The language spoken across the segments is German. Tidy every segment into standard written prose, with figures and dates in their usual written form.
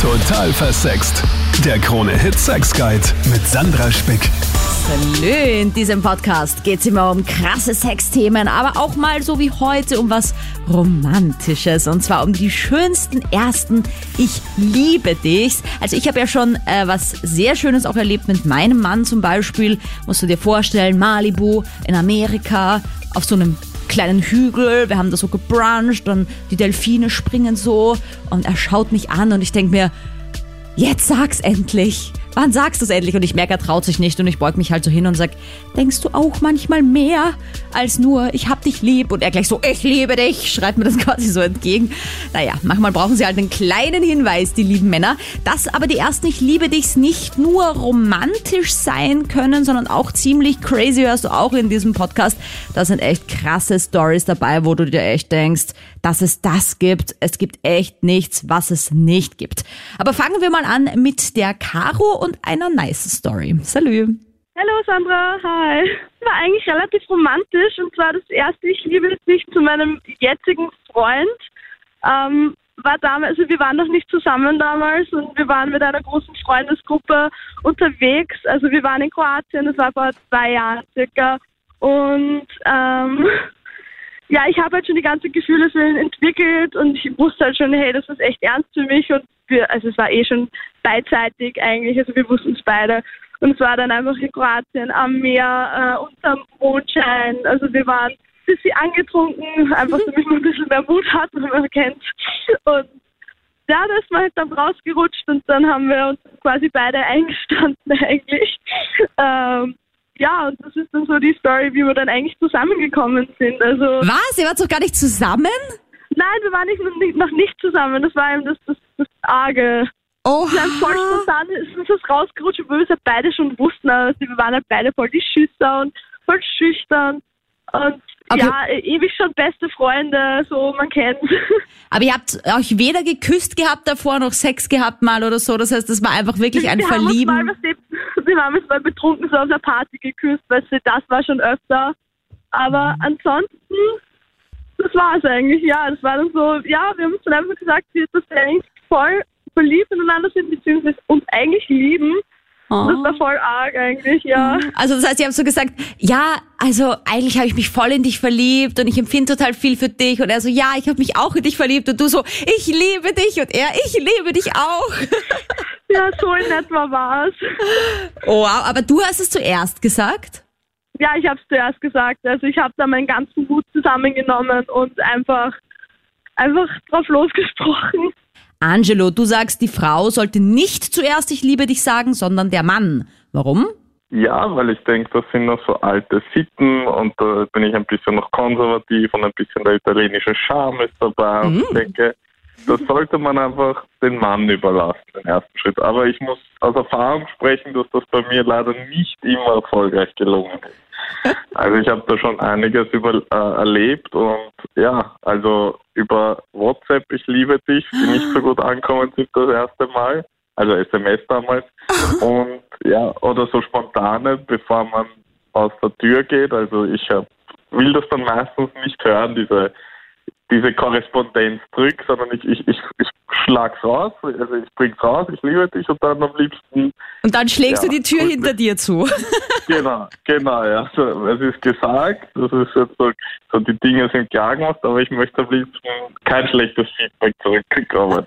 Total versext. Der Krone-Hit Sex Guide mit Sandra Spick. In diesem Podcast geht es immer um krasse Sexthemen, aber auch mal so wie heute um was Romantisches. Und zwar um die schönsten ersten Ich liebe dich. Also ich habe ja schon was sehr Schönes auch erlebt mit meinem Mann zum Beispiel. Musst du dir vorstellen, Malibu in Amerika auf so einem kleinen Hügel. Wir haben da so gebruncht und die Delfine springen so und er schaut mich an und ich denke mir, jetzt sag's endlich. Wann sagst du es endlich? Und ich merke, er traut sich nicht und ich beug mich halt so hin und sag, denkst du auch manchmal mehr als nur, ich hab dich lieb? Und er gleich so, ich liebe dich, schreit mir das quasi so entgegen. Naja, manchmal brauchen sie halt einen kleinen Hinweis, die lieben Männer, dass aber die ersten Ich liebe dichs nicht nur romantisch sein können, sondern auch ziemlich crazy, hörst du auch in diesem Podcast. Da sind echt krasse Stories dabei, wo du dir echt denkst, dass es das gibt. Es gibt echt nichts, was es nicht gibt. Aber fangen wir mal an mit der Caro und einer nice Story. Salut. Hallo Sandra, hi. War eigentlich relativ romantisch und zwar das erste Ich liebe dich zu meinem jetzigen Freund. War damals, also wir waren noch nicht zusammen damals und wir waren mit einer großen Freundesgruppe unterwegs. Also wir waren in Kroatien, das war vor 2 Jahren circa. Und ja, ich habe halt schon die ganzen Gefühle für ihn entwickelt und ich wusste halt schon, hey, das ist echt ernst für mich und also es war eh schon beidseitig eigentlich, also wir wussten es beide. Und es war dann einfach in Kroatien am Meer, unterm Mondschein. Also wir waren ein bisschen angetrunken, einfach damit man ein bisschen mehr Mut hat, wenn man kennt. Und ja, da ist man halt dann rausgerutscht und dann haben wir uns quasi beide eingestanden eigentlich. Ja, und das ist dann so die Story, wie wir dann eigentlich zusammengekommen sind. Also Was? Ihr wart doch gar nicht zusammen? Nein, wir waren noch nicht zusammen. Das war eben das Arge. Oha. Wir haben voll spontan ist uns das rausgerutscht, obwohl wir es ja beide schon wussten. Also wir waren halt beide voll die Schüsser und voll schüchtern. Und okay. Ja, ewig schon beste Freunde, so man kennt. Aber ihr habt euch weder geküsst gehabt davor, noch Sex gehabt mal oder so. Das heißt, das war einfach wirklich ein Verlieben. Wir haben uns mal betrunken so auf einer Party geküsst, weißt du, das war schon öfter. Aber ansonsten, das war es eigentlich, ja. Das war dann so, ja, wir haben uns dann einfach gesagt, dass wir eigentlich voll verliebt ineinander sind, beziehungsweise uns eigentlich lieben. Oh. Das war voll arg eigentlich, ja. Also das heißt, ihr habt so gesagt, ja, also eigentlich habe ich mich voll in dich verliebt und ich empfinde total viel für dich. Und er so, ja, ich habe mich auch in dich verliebt. Und du so, ich liebe dich. Und er, ich liebe dich auch. Ja, so in etwa war's. Oh, wow, aber du hast es zuerst gesagt? Ja, ich habe es zuerst gesagt. Also ich habe da meinen ganzen Mut zusammengenommen und einfach drauf losgesprochen. Angelo, du sagst, die Frau sollte nicht zuerst ich liebe dich sagen, sondern der Mann. Warum? Ja, weil ich denke, das sind noch so alte Sitten und da bin ich ein bisschen noch konservativ und ein bisschen der italienische Charme ist dabei. Und ich denke, das sollte man einfach den Mann überlassen, den ersten Schritt. Aber ich muss aus Erfahrung sprechen, dass das bei mir leider nicht immer erfolgreich gelungen ist. Also ich habe da schon einiges erlebt und ja, also über WhatsApp, ich liebe dich, die nicht so gut ankommen sind das erste Mal, also SMS damals und ja, oder so spontane, bevor man aus der Tür geht, also ich will das dann meistens nicht hören, diese Korrespondenz zurück, sondern ich schlag's raus, also ich bring's raus, ich liebe dich und dann am liebsten... Und dann schlägst du die Tür hinter dir zu. Genau, ja. So, es ist gesagt, das ist jetzt so die Dinge sind klar gemacht, aber ich möchte am liebsten kein schlechtes Feedback zurückbekommen.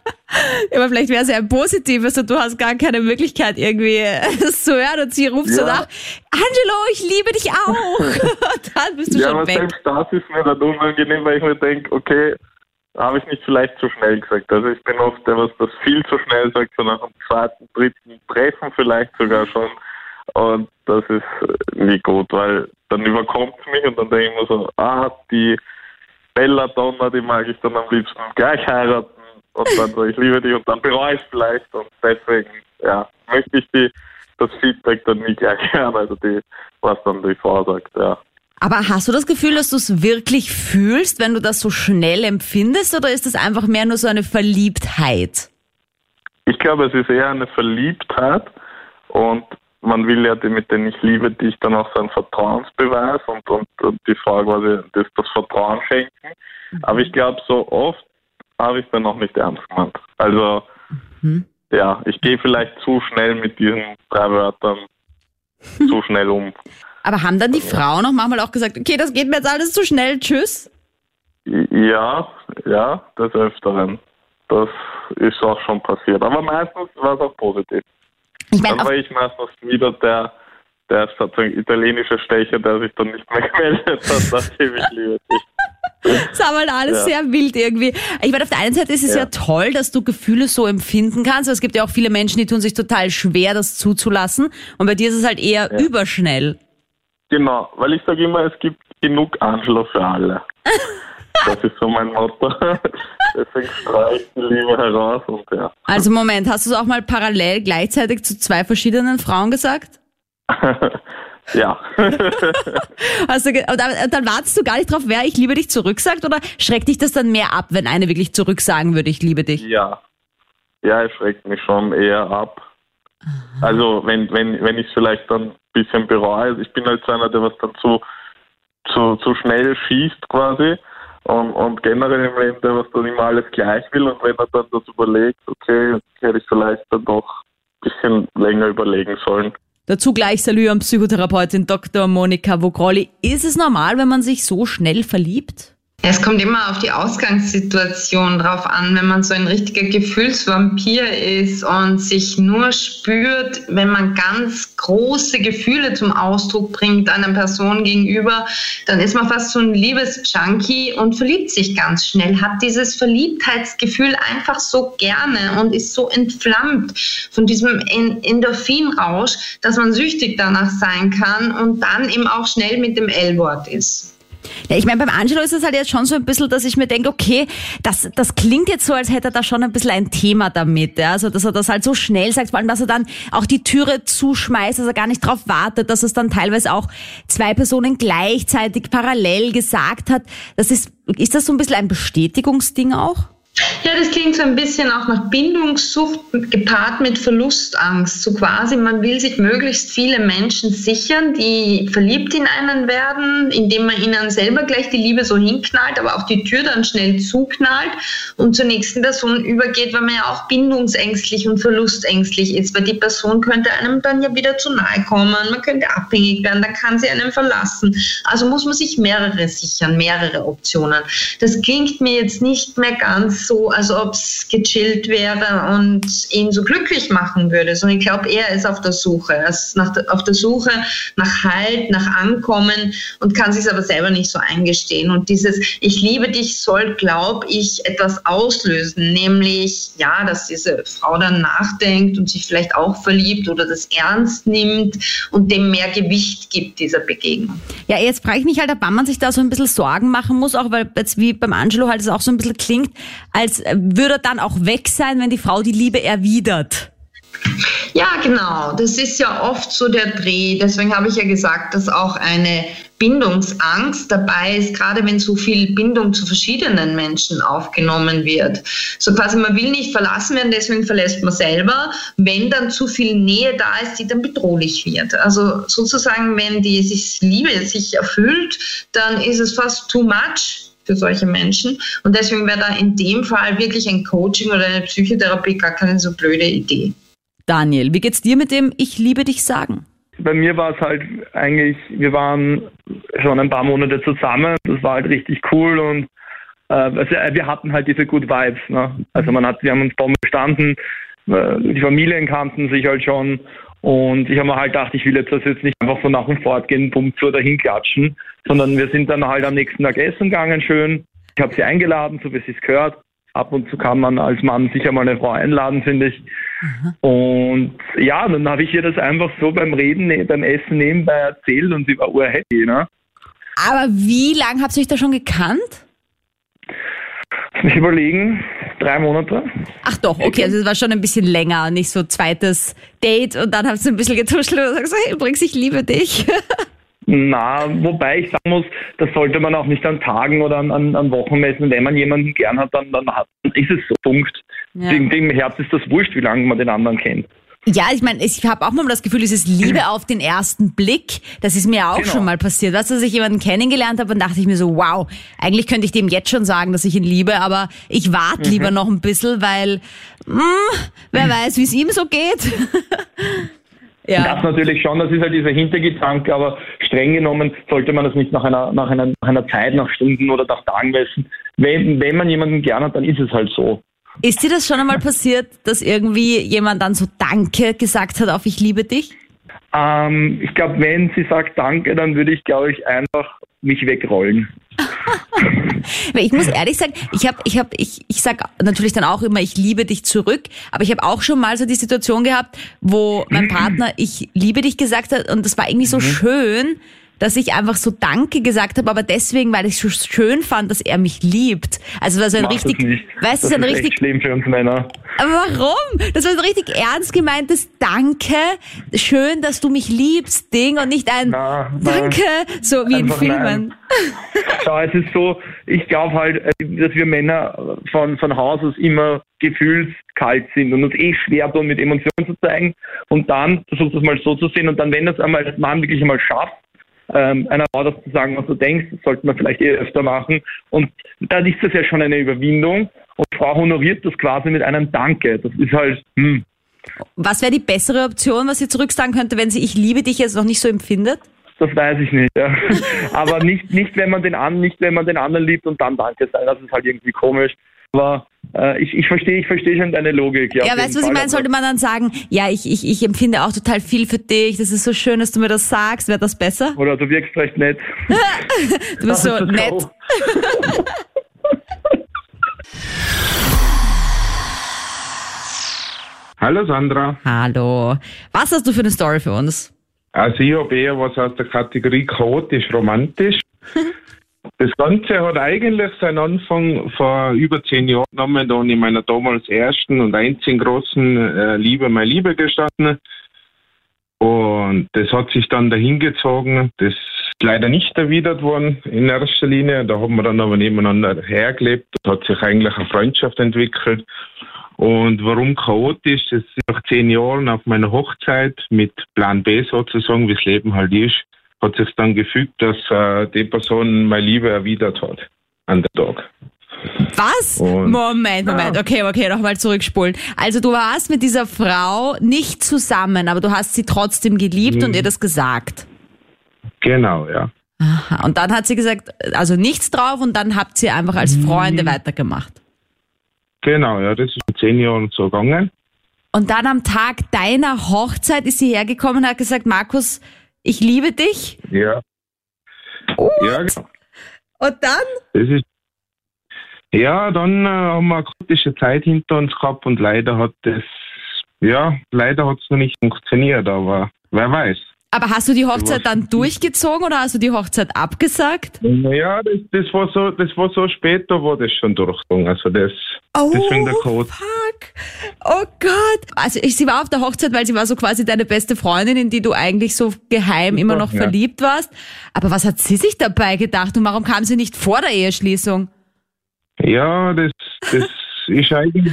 Ja, aber vielleicht wäre es ja ein positives und du hast gar keine Möglichkeit irgendwie das zu hören und sie ruft so nach, Angelo, ich liebe dich auch. Dann bist du schon aber weg. Selbst das ist mir dann unangenehm, weil ich mir denke, okay, habe ich nicht vielleicht zu schnell gesagt. Also ich bin oft der, was das viel zu schnell sagt, so nach dem 2., 3. Treffen vielleicht sogar schon. Und das ist nie gut, weil dann überkommt es mich und dann denke ich mir so, die Bella Donna, die mag ich dann am liebsten gleich heiraten und dann so, ich liebe dich und dann bereue ich es vielleicht und deswegen, ja, möchte ich das Feedback dann nie gleich hören, also was dann die Frau sagt, ja. Aber hast du das Gefühl, dass du es wirklich fühlst, wenn du das so schnell empfindest, oder ist das einfach mehr nur so eine Verliebtheit? Ich glaube, es ist eher eine Verliebtheit und man will ja mit den Ich liebe dich dann auch so einen Vertrauensbeweis und die Frau quasi das Vertrauen schenken. Aber ich glaube, so oft habe ich es dann auch nicht ernst gemeint. Also Ja, ich gehe vielleicht zu schnell mit diesen 3 Wörtern zu schnell um. Aber haben dann die Frauen auch manchmal auch gesagt, okay, das geht mir jetzt alles zu schnell, tschüss? Ja, des Öfteren. Das ist auch schon passiert. Aber meistens war es auch positiv. Ich meine, dann war ich meistens wieder der sozusagen italienische Stecher, der sich dann nicht mehr gemeldet hat, nachdem ich liebe dich. das war halt alles sehr wild irgendwie. Ich meine, auf der einen Seite ist es ja toll, dass du Gefühle so empfinden kannst, aber es gibt ja auch viele Menschen, die tun sich total schwer, das zuzulassen. Und bei dir ist es halt eher überschnell. Genau, weil ich sage immer, es gibt genug Angelo für alle. Das ist so mein Motto. Deswegen streue ich die Liebe heraus und ja. Also Moment, hast du es auch mal parallel gleichzeitig zu 2 verschiedenen Frauen gesagt? Ja. Dann wartest du gar nicht drauf, wer ich liebe dich zurück sagt, oder schreckt dich das dann mehr ab, wenn eine wirklich zurück sagen würde, ich liebe dich? Ja, es schreckt mich schon eher ab. Aha. Also wenn ich es vielleicht dann ein bisschen bereue, ich bin halt so einer, der was dann zu schnell schießt quasi und generell im Leben, der was dann immer alles gleich will, und wenn er dann das überlegt, okay, hätte ich vielleicht dann doch ein bisschen länger überlegen sollen. Dazu gleich Salü an Psychotherapeutin Dr. Monika Vogrolli. Ist es normal, wenn man sich so schnell verliebt? Es kommt immer auf die Ausgangssituation drauf an, wenn man so ein richtiger Gefühlsvampir ist und sich nur spürt, wenn man ganz große Gefühle zum Ausdruck bringt einer Person gegenüber, dann ist man fast so ein Liebesjunkie und verliebt sich ganz schnell, hat dieses Verliebtheitsgefühl einfach so gerne und ist so entflammt von diesem Endorphinrausch, dass man süchtig danach sein kann und dann eben auch schnell mit dem L-Wort ist. Ja, ich meine, beim Angelo ist es halt jetzt schon so ein bisschen, dass ich mir denke, okay, das klingt jetzt so, als hätte er da schon ein bisschen ein Thema damit. Ja? Also, dass er das halt so schnell sagt, vor allem, dass er dann auch die Türe zuschmeißt, dass er gar nicht drauf wartet, dass es dann teilweise auch 2 Personen gleichzeitig parallel gesagt hat. Ist das so ein bisschen ein Bestätigungsding auch? Ja, das klingt so ein bisschen auch nach Bindungssucht gepaart mit Verlustangst. So quasi, man will sich möglichst viele Menschen sichern, die verliebt in einen werden, indem man ihnen selber gleich die Liebe so hinknallt, aber auch die Tür dann schnell zuknallt und zur nächsten Person übergeht, weil man ja auch bindungsängstlich und verlustängstlich ist, weil die Person könnte einem dann ja wieder zu nahe kommen, man könnte abhängig werden, dann kann sie einen verlassen. Also muss man sich mehrere sichern, mehrere Optionen. Das klingt mir jetzt nicht mehr ganz so, als ob es gechillt wäre und ihn so glücklich machen würde, sondern ich glaube, er ist auf der Suche. Er ist auf der Suche nach Halt, nach Ankommen und kann sich aber selber nicht so eingestehen. Und dieses Ich liebe dich soll, glaube ich, etwas auslösen, nämlich, ja, dass diese Frau dann nachdenkt und sich vielleicht auch verliebt oder das ernst nimmt und dem mehr Gewicht gibt, dieser Begegnung. Ja, jetzt frage ich mich halt, ob man sich da so ein bisschen Sorgen machen muss, auch weil jetzt wie beim Angelo halt es auch so ein bisschen klingt, als würde er dann auch weg sein, wenn die Frau die Liebe erwidert. Ja, genau. Das ist ja oft so der Dreh. Deswegen habe ich ja gesagt, dass auch eine Bindungsangst dabei ist, gerade wenn so viel Bindung zu verschiedenen Menschen aufgenommen wird. So quasi, man will nicht verlassen werden, deswegen verlässt man selber, wenn dann zu viel Nähe da ist, die dann bedrohlich wird. Also sozusagen, wenn die Liebe sich erfüllt, dann ist es fast too much für solche Menschen. Und deswegen wäre da in dem Fall wirklich ein Coaching oder eine Psychotherapie gar keine so blöde Idee. Daniel, wie geht's dir mit dem Ich liebe dich sagen? Bei mir war es halt eigentlich, wir waren schon ein paar Monate zusammen. Das war halt richtig cool und wir hatten halt diese Good Vibes. Ne? Also wir haben uns Bomben gestanden, die Familien kannten sich halt schon. Und ich habe mir halt gedacht, ich will jetzt das jetzt nicht einfach so nach und fort gehen, bumm, so dahin klatschen, sondern wir sind dann halt am nächsten Tag essen gegangen, schön. Ich habe sie eingeladen, so wie sie es gehört. Ab und zu kann man als Mann sicher mal eine Frau einladen, finde ich. Und ja, dann habe ich ihr das einfach so beim Reden, beim Essen nebenbei erzählt und sie war urhappy, ne? Aber wie lange habt ihr euch da schon gekannt? Mich überlegen, 3 Monate. Ach doch, okay, also es war schon ein bisschen länger, nicht so zweites Date und dann habt ihr ein bisschen getuschelt und gesagt, hey, übrigens, ich liebe dich. Na, wobei ich sagen muss, das sollte man auch nicht an Tagen oder an Wochen messen. Wenn man jemanden gern hat, dann ist es so, Punkt. Ja. Dem Herz ist das wurscht, wie lange man den anderen kennt. Ja, ich meine, ich habe auch mal das Gefühl, es ist Liebe auf den ersten Blick. Das ist mir auch schon mal passiert. Weißt du, dass ich jemanden kennengelernt habe und dachte ich mir so, wow, eigentlich könnte ich dem jetzt schon sagen, dass ich ihn liebe, aber ich warte lieber noch ein bisschen, weil Wer weiß, wie es ihm so geht. Ja. Das natürlich schon, das ist halt dieser Hintergedanke, aber streng genommen sollte man das nicht nach einer Zeit, nach Stunden oder nach Tagen messen. Wenn man jemanden gern hat, dann ist es halt so. Ist dir das schon einmal passiert, dass irgendwie jemand dann so Danke gesagt hat auf Ich liebe dich? Ich glaube, wenn sie sagt Danke, dann würde ich, glaube ich, einfach mich wegrollen. Weil ich muss ehrlich sagen, ich sag natürlich dann auch immer, ich liebe dich zurück, aber ich habe auch schon mal so die Situation gehabt, wo mein Partner ich liebe dich gesagt hat und das war irgendwie so schön, dass ich einfach so Danke gesagt habe, aber deswegen, weil ich es so schön fand, dass er mich liebt. Also das war so ein richtig, weißt du, das ein ist richtig echt schlimm für uns Männer. Aber warum? Das war so ein richtig ernst gemeintes Danke, schön, dass du mich liebst, Ding und nicht ein Danke, so wie in Filmen. Schau, es ist so, ich glaube halt, dass wir Männer von Haus aus immer gefühlskalt sind und uns schwer tun, mit Emotionen zu zeigen und dann versuchst du es mal so zu sehen und dann, wenn das einmal als Mann wirklich einmal schafft, einer Frau das zu sagen, was du denkst, das sollte man vielleicht öfter machen. Und dann ist das ja schon eine Überwindung. Und die Frau honoriert das quasi mit einem Danke. Das ist halt, Was wäre die bessere Option, was sie zurücksagen könnte, wenn sie ich liebe dich jetzt noch nicht so empfindet? Das weiß ich nicht, ja. Aber nicht wenn man den anderen liebt und dann Danke sagen. Das ist halt irgendwie komisch. Aber ich verstehe schon deine Logik. Ja, weißt du, was ich meine? Sollte man dann sagen, ja, ich empfinde auch total viel für dich, das ist so schön, dass du mir das sagst, wäre das besser? Oder du wirkst recht nett. Du bist so nett. Hallo Sandra. Hallo. Was hast du für eine Story für uns? Also ich habe eher was aus der Kategorie chaotisch-romantisch. Das Ganze hat eigentlich seinen Anfang vor über 10 Jahren genommen, da in meiner damals ersten und einzigen großen Liebe, meine Liebe gestanden. Und das hat sich dann dahingezogen. Das ist leider nicht erwidert worden in erster Linie. Da haben wir dann aber nebeneinander hergelebt. Da hat sich eigentlich eine Freundschaft entwickelt. Und warum chaotisch? Das ist nach 10 Jahren auf meiner Hochzeit mit Plan B sozusagen, wie das Leben halt ist, hat sich dann gefügt, dass die Person meine Liebe erwidert hat an dem Tag. Was? Und Moment. Okay, nochmal zurückspulen. Also du warst mit dieser Frau nicht zusammen, aber du hast sie trotzdem geliebt und ihr das gesagt. Genau, ja. Aha. Und dann hat sie gesagt, also nichts drauf und dann habt ihr einfach als Freunde weitergemacht. Genau, ja, das ist in 10 Jahren so gegangen. Und dann am Tag deiner Hochzeit ist sie hergekommen und hat gesagt, Markus, ich liebe dich. Ja. Und? Ja. Und dann? Das ist dann haben wir eine kritische Zeit hinter uns gehabt und leider hat es noch nicht funktioniert, aber wer weiß. Aber hast du die Hochzeit dann durchgezogen oder hast du die Hochzeit abgesagt? Ja, das war so später, war das schon durchgezogen. Also deswegen der Code. Fuck. Oh Gott. Also sie war auf der Hochzeit, weil sie war so quasi deine beste Freundin, in die du eigentlich so geheim immer noch verliebt warst. Aber was hat sie sich dabei gedacht und warum kam sie nicht vor der Eheschließung? Ja, das ist eigentlich,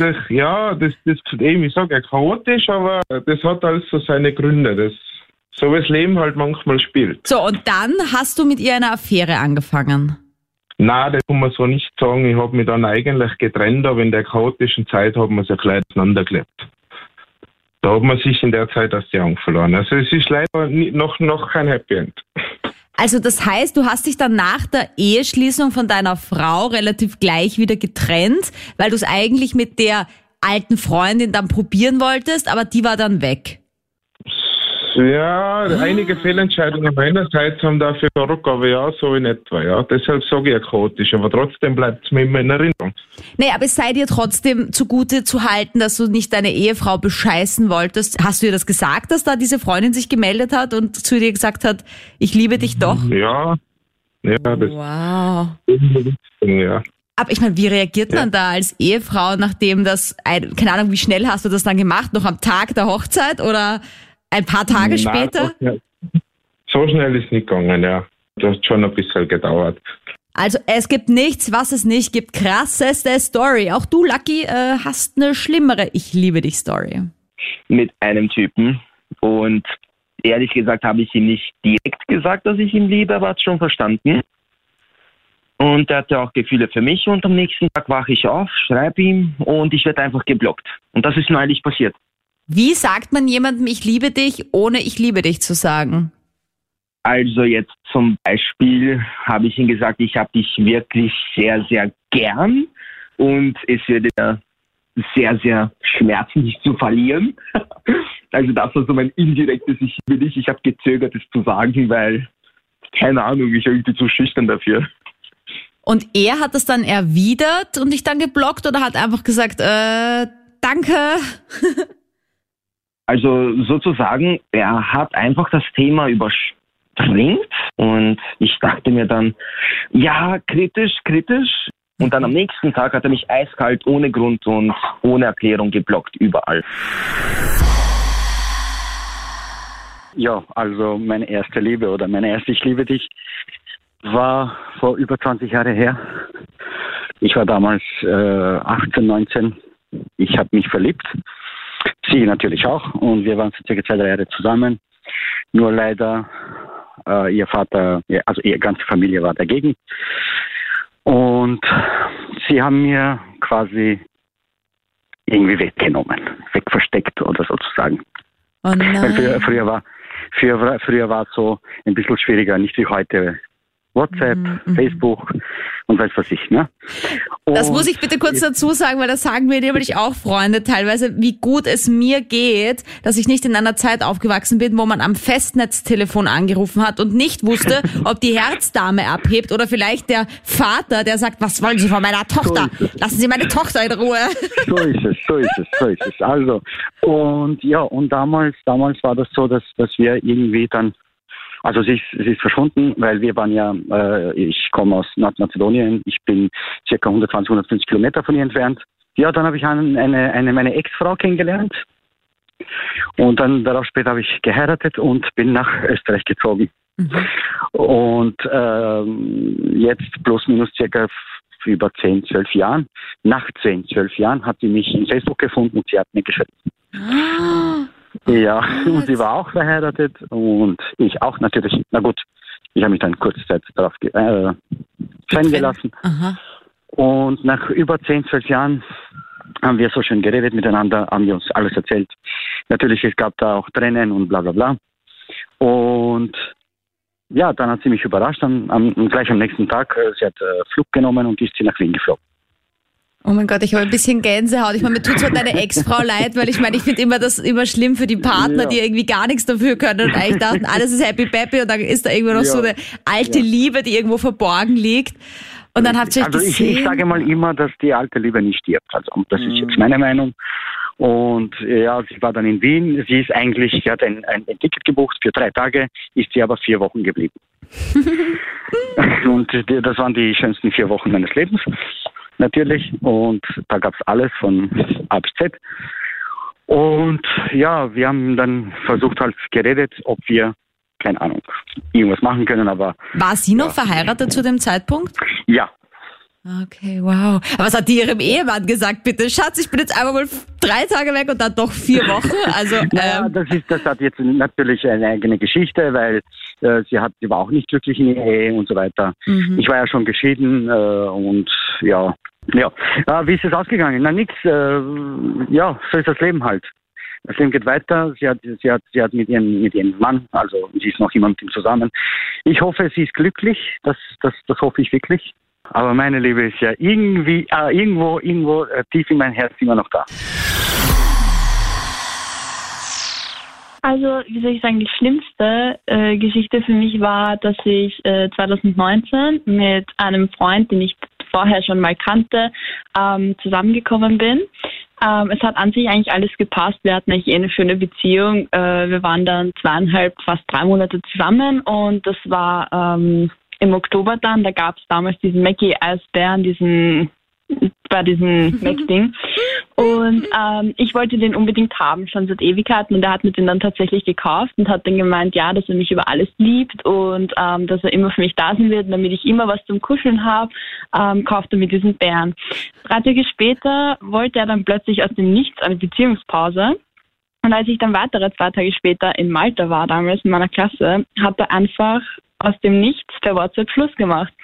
ich sage chaotisch, aber das hat also seine Gründe. So wie das Leben halt manchmal spielt. So, und dann hast du mit ihr eine Affäre angefangen? Nein, das kann man so nicht sagen. Ich habe mich dann eigentlich getrennt, aber in der chaotischen Zeit haben wir sich gleich auseinandergelebt. Da hat man sich in der Zeit aus die Augen verloren. Also es ist leider noch kein Happy End. Also das heißt, du hast dich dann nach der Eheschließung von deiner Frau relativ gleich wieder getrennt, weil du es eigentlich mit der alten Freundin dann probieren wolltest, aber die war dann weg. Ja, einige Fehlentscheidungen meinerseits haben dafür gesorgt, aber ja, so in etwa, ja. Deshalb sage ich chaotisch, aber trotzdem bleibt es mir immer in Erinnerung. Nee, aber es sei dir trotzdem zugute zu halten, dass du nicht deine Ehefrau bescheißen wolltest. Hast du ihr das gesagt, dass da diese Freundin sich gemeldet hat und zu dir gesagt hat, ich liebe dich doch? Ja, das wow. Ja. Aber ich meine, wie reagiert man da als Ehefrau, nachdem das, keine Ahnung, wie schnell hast du das dann gemacht? Noch am Tag der Hochzeit oder ein paar Tage später? So schnell ist es nicht gegangen, ja. Das hat schon ein bisschen gedauert. Also es gibt nichts, was es nicht gibt. Krasseste Story. Auch du, Lucky, hast eine schlimmere Ich-liebe-dich-Story. Mit einem Typen. Und ehrlich gesagt habe ich ihm nicht direkt gesagt, dass ich ihn liebe, aber hat es schon verstanden. Und er hatte auch Gefühle für mich und am nächsten Tag wache ich auf, schreibe ihm und ich werde einfach geblockt. Und das ist neulich passiert. Wie sagt man jemandem, ich liebe dich, ohne ich liebe dich zu sagen? Also jetzt zum Beispiel habe ich ihm gesagt, ich habe dich wirklich sehr, sehr gern und es würde mir sehr, sehr schmerzen, dich zu verlieren. Also das war so mein indirektes Ich liebe dich. Ich habe gezögert, es zu sagen, weil, keine Ahnung, ich war irgendwie zu schüchtern dafür. Und er hat das dann erwidert und dich dann geblockt oder hat einfach gesagt, danke? Also sozusagen, er hat einfach das Thema überspringt und ich dachte mir dann, ja, kritisch. Und dann am nächsten Tag hat er mich eiskalt, ohne Grund und ohne Erklärung geblockt, überall. Ja, also meine erste Liebe oder meine erste Ich liebe dich war vor über 20 Jahren her. Ich war damals 18, 19. Ich habe mich verliebt. Sie natürlich auch. Und wir waren so circa 2-3 Jahre zusammen. Nur leider ihr Vater, also ihre ganze Familie war dagegen. Und sie haben mir quasi irgendwie weggenommen, wegversteckt oder sozusagen. Oh nein. Weil früher war es so ein bisschen schwieriger, nicht wie heute. WhatsApp, Facebook und weiß was ich, ne? Und das muss ich bitte kurz dazu sagen, weil das sagen mir nämlich auch Freunde teilweise, wie gut es mir geht, dass ich nicht in einer Zeit aufgewachsen bin, wo man am Festnetztelefon angerufen hat und nicht wusste, ob die Herzdame abhebt oder vielleicht der Vater, der sagt, was wollen Sie von meiner Tochter? Lassen Sie meine Tochter in Ruhe. So ist es. Also, und ja, und damals war das so, dass wir irgendwie dann, also sie ist verschwunden, weil wir waren ja, ich komme aus Nordmazedonien, ich bin circa 150 Kilometer von ihr entfernt. Ja, dann habe ich meine Ex-Frau kennengelernt und dann darauf später habe ich geheiratet und bin nach Österreich gezogen. Und jetzt plus minus circa über 10-12 Jahren, nach 10-12 Jahren hat sie mich in Facebook gefunden und sie hat mir geschrieben. Ja, und sie war auch verheiratet und ich auch natürlich. Na gut, ich habe mich dann kurze Zeit darauf scheiden gelassen. Und nach über 10-12 Jahren haben wir so schön geredet miteinander, haben wir uns alles erzählt. Natürlich, es gab da auch Tränen und bla bla bla. Und ja, dann hat sie mich überrascht, gleich am nächsten Tag, sie hat Flug genommen und ist sie nach Wien geflogen. Oh mein Gott, ich habe ein bisschen Gänsehaut. Ich meine, mir tut zwar deine Ex-Frau leid, weil ich finde das immer schlimm für die Partner, die irgendwie gar nichts dafür können und eigentlich dachten, alles ist happy peppy und dann ist da irgendwo noch so eine alte Liebe, die irgendwo verborgen liegt. Und dann habt ihr euch gesehen. Ich sage mal immer, dass die alte Liebe nicht stirbt. Also das ist jetzt meine Meinung. Und ja, sie war dann in Wien. Sie hat ein Ticket gebucht für 3 Tage, ist sie aber 4 Wochen geblieben. Und das waren die schönsten 4 Wochen meines Lebens. Natürlich, und da gab es alles von A bis Z. Und ja, wir haben dann versucht geredet, ob wir, keine Ahnung, irgendwas machen können, aber... War sie noch verheiratet zu dem Zeitpunkt? Ja. Okay, wow. Aber was hat die ihrem Ehemann gesagt, bitte? Schatz, ich bin jetzt einfach mal 3 Tage weg und dann doch 4 Wochen. Also, das hat jetzt natürlich eine eigene Geschichte, weil sie war auch nicht glücklich in der Ehe und so weiter. Ich war ja schon geschieden und ja. Wie ist es ausgegangen? Na nix. Ja, so ist das Leben halt. Das Leben geht weiter. Sie hat mit ihrem Mann, also sie ist noch immer mit ihm zusammen. Ich hoffe, sie ist glücklich. Das hoffe ich wirklich. Aber meine Liebe ist ja irgendwo tief in mein Herz immer noch da. Also, wie soll ich sagen, die schlimmste Geschichte für mich war, dass ich 2019 mit einem Freund, den ich vorher schon mal kannte, zusammengekommen bin. Es hat an sich eigentlich alles gepasst. Wir hatten eigentlich eine schöne Beziehung. Wir waren dann 2,5, fast 3 Monate zusammen und das war im Oktober dann. Da gab es damals diesen Mackie-Eisbären, bei diesem Mac-Ding. Und ich wollte den unbedingt haben, schon seit Ewigkeiten. Und er hat mir den dann tatsächlich gekauft und hat dann gemeint, ja, dass er mich über alles liebt und dass er immer für mich da sein wird. Und damit ich immer was zum Kuscheln habe, kauft er mir diesen Bären. 3 Tage später wollte er dann plötzlich aus dem Nichts eine Beziehungspause. Und als ich dann weitere 2 Tage später in Malta war, damals in meiner Klasse, hat er einfach aus dem Nichts per WhatsApp Schluss gemacht.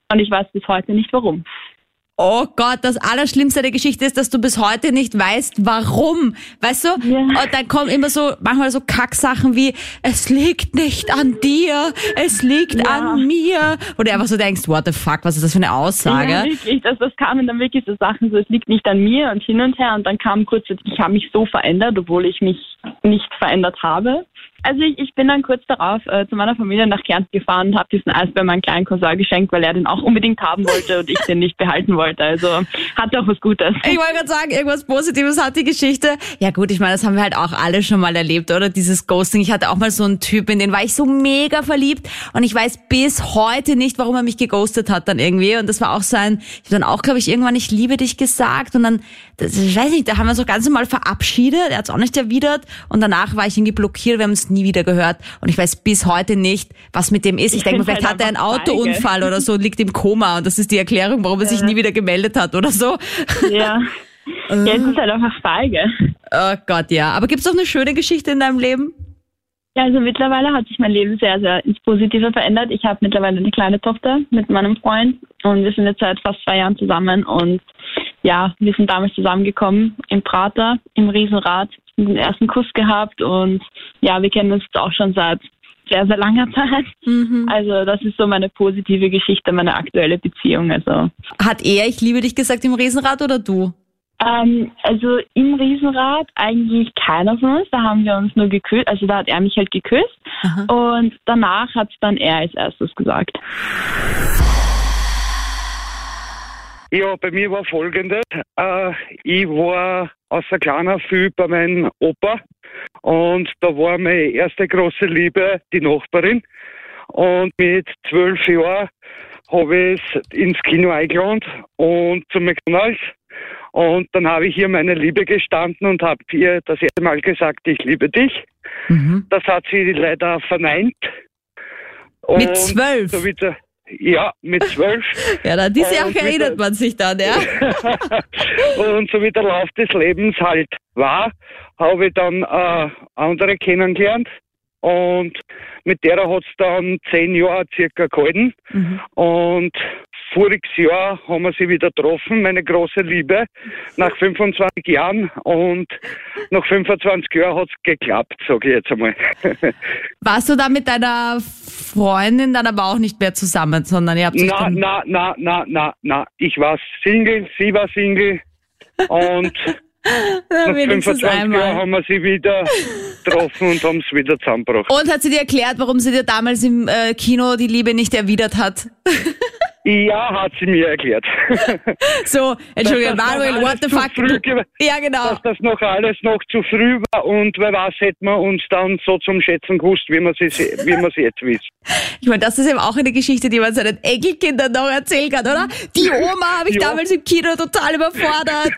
und ich weiß bis heute nicht warum. Oh Gott, das Allerschlimmste der Geschichte ist, dass du bis heute nicht weißt, warum. Weißt du? Ja. Und dann kommen immer so, manchmal so Kacksachen wie, es liegt nicht an dir, es liegt an mir. Wo du einfach so denkst, what the fuck, was ist das für eine Aussage? Ja, wirklich, das kamen dann wirklich so Sachen, so es liegt nicht an mir und hin und her. Und dann kam kurz, ich habe mich so verändert, obwohl ich mich nicht verändert habe. Also ich bin dann kurz darauf zu meiner Familie nach Kärnten gefahren und habe diesen Eisbär meinem kleinen Cousin geschenkt, weil er den auch unbedingt haben wollte und ich den nicht behalten wollte. Also hat auch was Gutes. Ich wollte gerade sagen, irgendwas Positives hat die Geschichte. Ja gut, ich meine, das haben wir halt auch alle schon mal erlebt, oder? Dieses Ghosting. Ich hatte auch mal so einen Typ, in den war ich so mega verliebt und ich weiß bis heute nicht, warum er mich geghostet hat dann irgendwie. Und das war auch so ich habe dann auch, glaube ich, irgendwann ich liebe dich gesagt und dann, ich weiß nicht, da haben wir uns so ganz normal verabschiedet. Er hat es auch nicht erwidert und danach war ich irgendwie blockiert, wir haben es nie wieder gehört und ich weiß bis heute nicht, was mit dem ist. Ich denke mir, vielleicht hat er einen Autounfall oder so, liegt im Koma und das ist die Erklärung, warum er sich nie wieder gemeldet hat oder so. Ja, es ist halt einfach feige. Oh Gott, ja. Aber gibt's auch eine schöne Geschichte in deinem Leben? Ja, also mittlerweile hat sich mein Leben sehr, sehr ins Positive verändert. Ich habe mittlerweile eine kleine Tochter mit meinem Freund und wir sind jetzt seit fast 2 Jahren zusammen und ja, wir sind damals zusammengekommen im Prater, im Riesenrad, den ersten Kuss gehabt und ja, wir kennen uns jetzt auch schon seit sehr, sehr langer Zeit. Mhm. Also das ist so meine positive Geschichte, meine aktuelle Beziehung. Also hat er Ich liebe dich gesagt im Riesenrad oder du? Also im Riesenrad eigentlich keiner von uns. Da haben wir uns nur geküsst. Also da hat er mich halt geküsst. Aha. Und danach hat es dann er als erstes gesagt. Ja, bei mir war Folgendes. Ich war aus der kleinen Früh bei meinem Opa und da war meine erste große Liebe die Nachbarin. Und mit 12 Jahren habe ich ins Kino eingeladen und zum McDonald's. Und dann habe ich ihr meine Liebe gestanden und habe ihr das erste Mal gesagt, ich liebe dich. Mhm. Das hat sie leider verneint. Und mit 12? So wieder, ja, mit 12. Ja, an diese Jahre erinnert man sich dann, ja. Und so wie der Lauf des Lebens halt war, habe ich dann andere kennengelernt. Und mit der hat es dann 10 Jahre circa gehalten. Mhm. Und voriges Jahr haben wir sie wieder getroffen, meine große Liebe, nach 25 Jahren. Und nach 25 Jahren hat es geklappt, sage ich jetzt einmal. Warst du da mit deiner Freundin dann aber auch nicht mehr zusammen, sondern ihr habt sich Na. Ich war Single, sie war Single. Und nach 25 Jahren haben wir sie wieder getroffen und haben es wieder zusammengebracht. Und hat sie dir erklärt, warum sie dir damals im Kino die Liebe nicht erwidert hat? Ja, hat sie mir erklärt. So, Entschuldigung, Manuel, what the fuck? Ja, genau. Dass das noch alles noch zu früh war und wer weiß, hätten wir uns dann so zum Schätzen gewusst, wie wir sie jetzt wissen. Ich meine, das ist eben auch eine Geschichte, die man seinen Enkelkindern noch erzählen kann, oder? Die Oma habe ich damals im Kino total überfordert.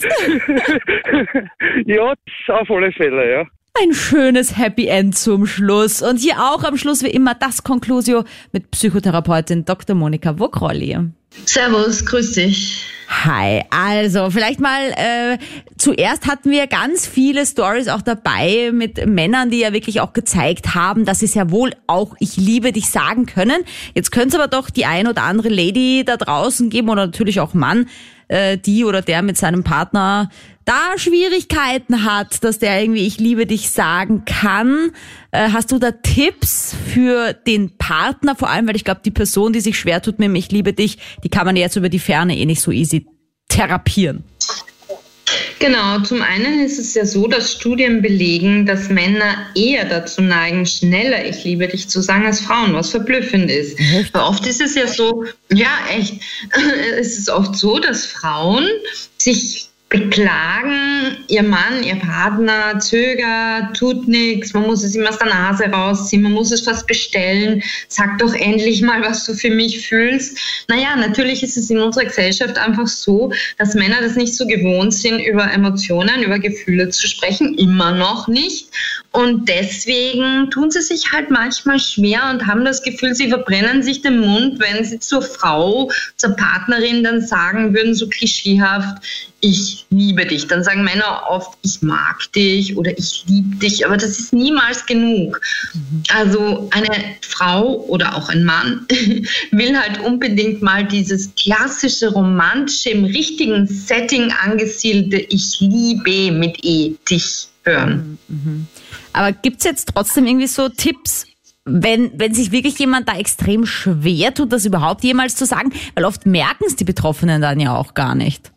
Ja, auf alle Fälle, ja. Ein schönes Happy End zum Schluss. Und hier auch am Schluss wie immer das Conclusio mit Psychotherapeutin Dr. Monika Vogrolli. Servus, grüß dich. Hi, also vielleicht mal zuerst hatten wir ganz viele Stories auch dabei mit Männern, die ja wirklich auch gezeigt haben, dass sie sehr wohl auch ich liebe dich sagen können. Jetzt könnte es aber doch die ein oder andere Lady da draußen geben oder natürlich auch Mann, die oder der mit seinem Partner da Schwierigkeiten hat, dass der irgendwie ich liebe dich sagen kann. Hast du da Tipps für den Partner? Vor allem, weil ich glaube, die Person, die sich schwer tut mit dem ich liebe dich, die kann man jetzt über die Ferne nicht so easy therapieren. Genau, zum einen ist es ja so, dass Studien belegen, dass Männer eher dazu neigen, schneller ich liebe dich zu sagen als Frauen, was verblüffend ist. Weil oft ist es ja so, ja echt, es ist oft so, dass Frauen sich beklagen, ihr Mann, ihr Partner zögert, tut nichts, man muss es ihm aus der Nase rausziehen, man muss es fast bestellen, sag doch endlich mal, was du für mich fühlst. Naja, natürlich ist es in unserer Gesellschaft einfach so, dass Männer das nicht so gewohnt sind, über Emotionen, über Gefühle zu sprechen, immer noch nicht. Und deswegen tun sie sich halt manchmal schwer und haben das Gefühl, sie verbrennen sich den Mund, wenn sie zur Frau, zur Partnerin dann sagen würden, so klischeehaft, ich liebe dich. Dann sagen Männer oft, ich mag dich oder ich liebe dich, aber das ist niemals genug. Also eine Frau oder auch ein Mann will halt unbedingt mal dieses klassische, romantische, im richtigen Setting angesiedelte Ich liebe mit dich hören. Aber gibt es jetzt trotzdem irgendwie so Tipps, wenn sich wirklich jemand da extrem schwer tut, das überhaupt jemals zu sagen? Weil oft merken es die Betroffenen dann ja auch gar nicht.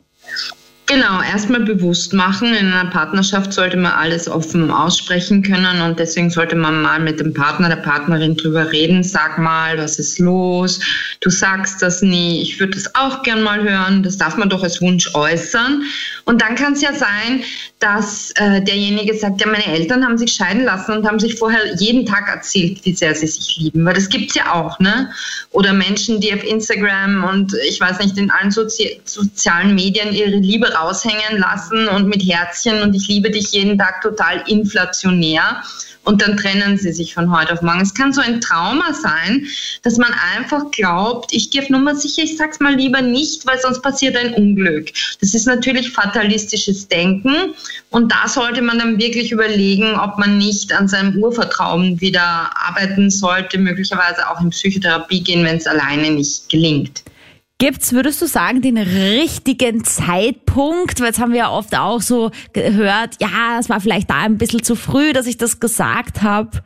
Genau, erstmal bewusst machen. In einer Partnerschaft sollte man alles offen aussprechen können und deswegen sollte man mal mit dem Partner, der Partnerin drüber reden. Sag mal, was ist los? Du sagst das nie. Ich würde das auch gern mal hören. Das darf man doch als Wunsch äußern. Und dann kann es ja sein, dass derjenige sagt, ja, meine Eltern haben sich scheiden lassen und haben sich vorher jeden Tag erzählt, wie sehr sie sich lieben. Weil das gibt's ja auch, ne? Oder Menschen, die auf Instagram und ich weiß nicht, in allen sozialen Medien ihre Liebe raushängen lassen und mit Herzchen und ich liebe dich jeden Tag total inflationär. Und dann trennen sie sich von heute auf morgen. Es kann so ein Trauma sein, dass man einfach glaubt, ich gehe auf Nummer sicher, ich sag's mal lieber nicht, weil sonst passiert ein Unglück. Das ist natürlich fatalistisches Denken und da sollte man dann wirklich überlegen, ob man nicht an seinem Urvertrauen wieder arbeiten sollte, möglicherweise auch in Psychotherapie gehen, wenn es alleine nicht gelingt. Gibt's, würdest du sagen, den richtigen Zeitpunkt? Weil jetzt haben wir ja oft auch so gehört, ja, es war vielleicht da ein bisschen zu früh, dass ich das gesagt habe.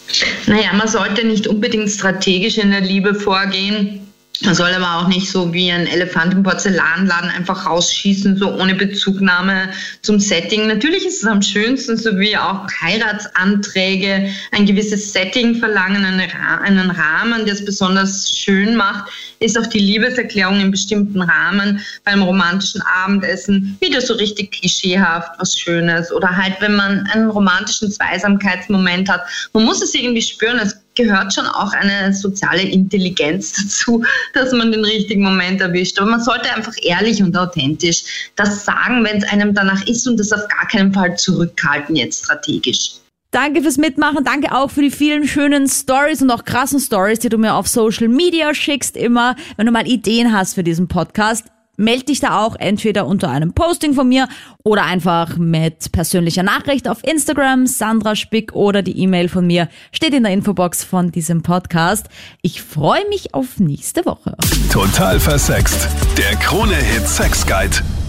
Naja, man sollte nicht unbedingt strategisch in der Liebe vorgehen. Man soll aber auch nicht so wie ein Elefant im Porzellanladen einfach rausschießen, so ohne Bezugnahme zum Setting. Natürlich ist es am schönsten, so wie auch Heiratsanträge, ein gewisses Setting verlangen, einen Rahmen, der es besonders schön macht, ist auch die Liebeserklärung in bestimmten Rahmen beim romantischen Abendessen wieder so richtig klischeehaft, was Schönes. Oder halt, wenn man einen romantischen Zweisamkeitsmoment hat. Man muss es irgendwie spüren, es gehört schon auch eine soziale Intelligenz dazu, dass man den richtigen Moment erwischt. Aber man sollte einfach ehrlich und authentisch das sagen, wenn es einem danach ist und das auf gar keinen Fall zurückhalten jetzt strategisch. Danke fürs Mitmachen, danke auch für die vielen schönen Stories und auch krassen Stories, die du mir auf Social Media schickst immer. Wenn du mal Ideen hast für diesen Podcast, melde dich da auch entweder unter einem Posting von mir oder einfach mit persönlicher Nachricht auf Instagram, Sandra Spick, oder die E-Mail von mir steht in der Infobox von diesem Podcast. Ich freue mich auf nächste Woche. Total versext. Der Krone-Hit Sex Guide.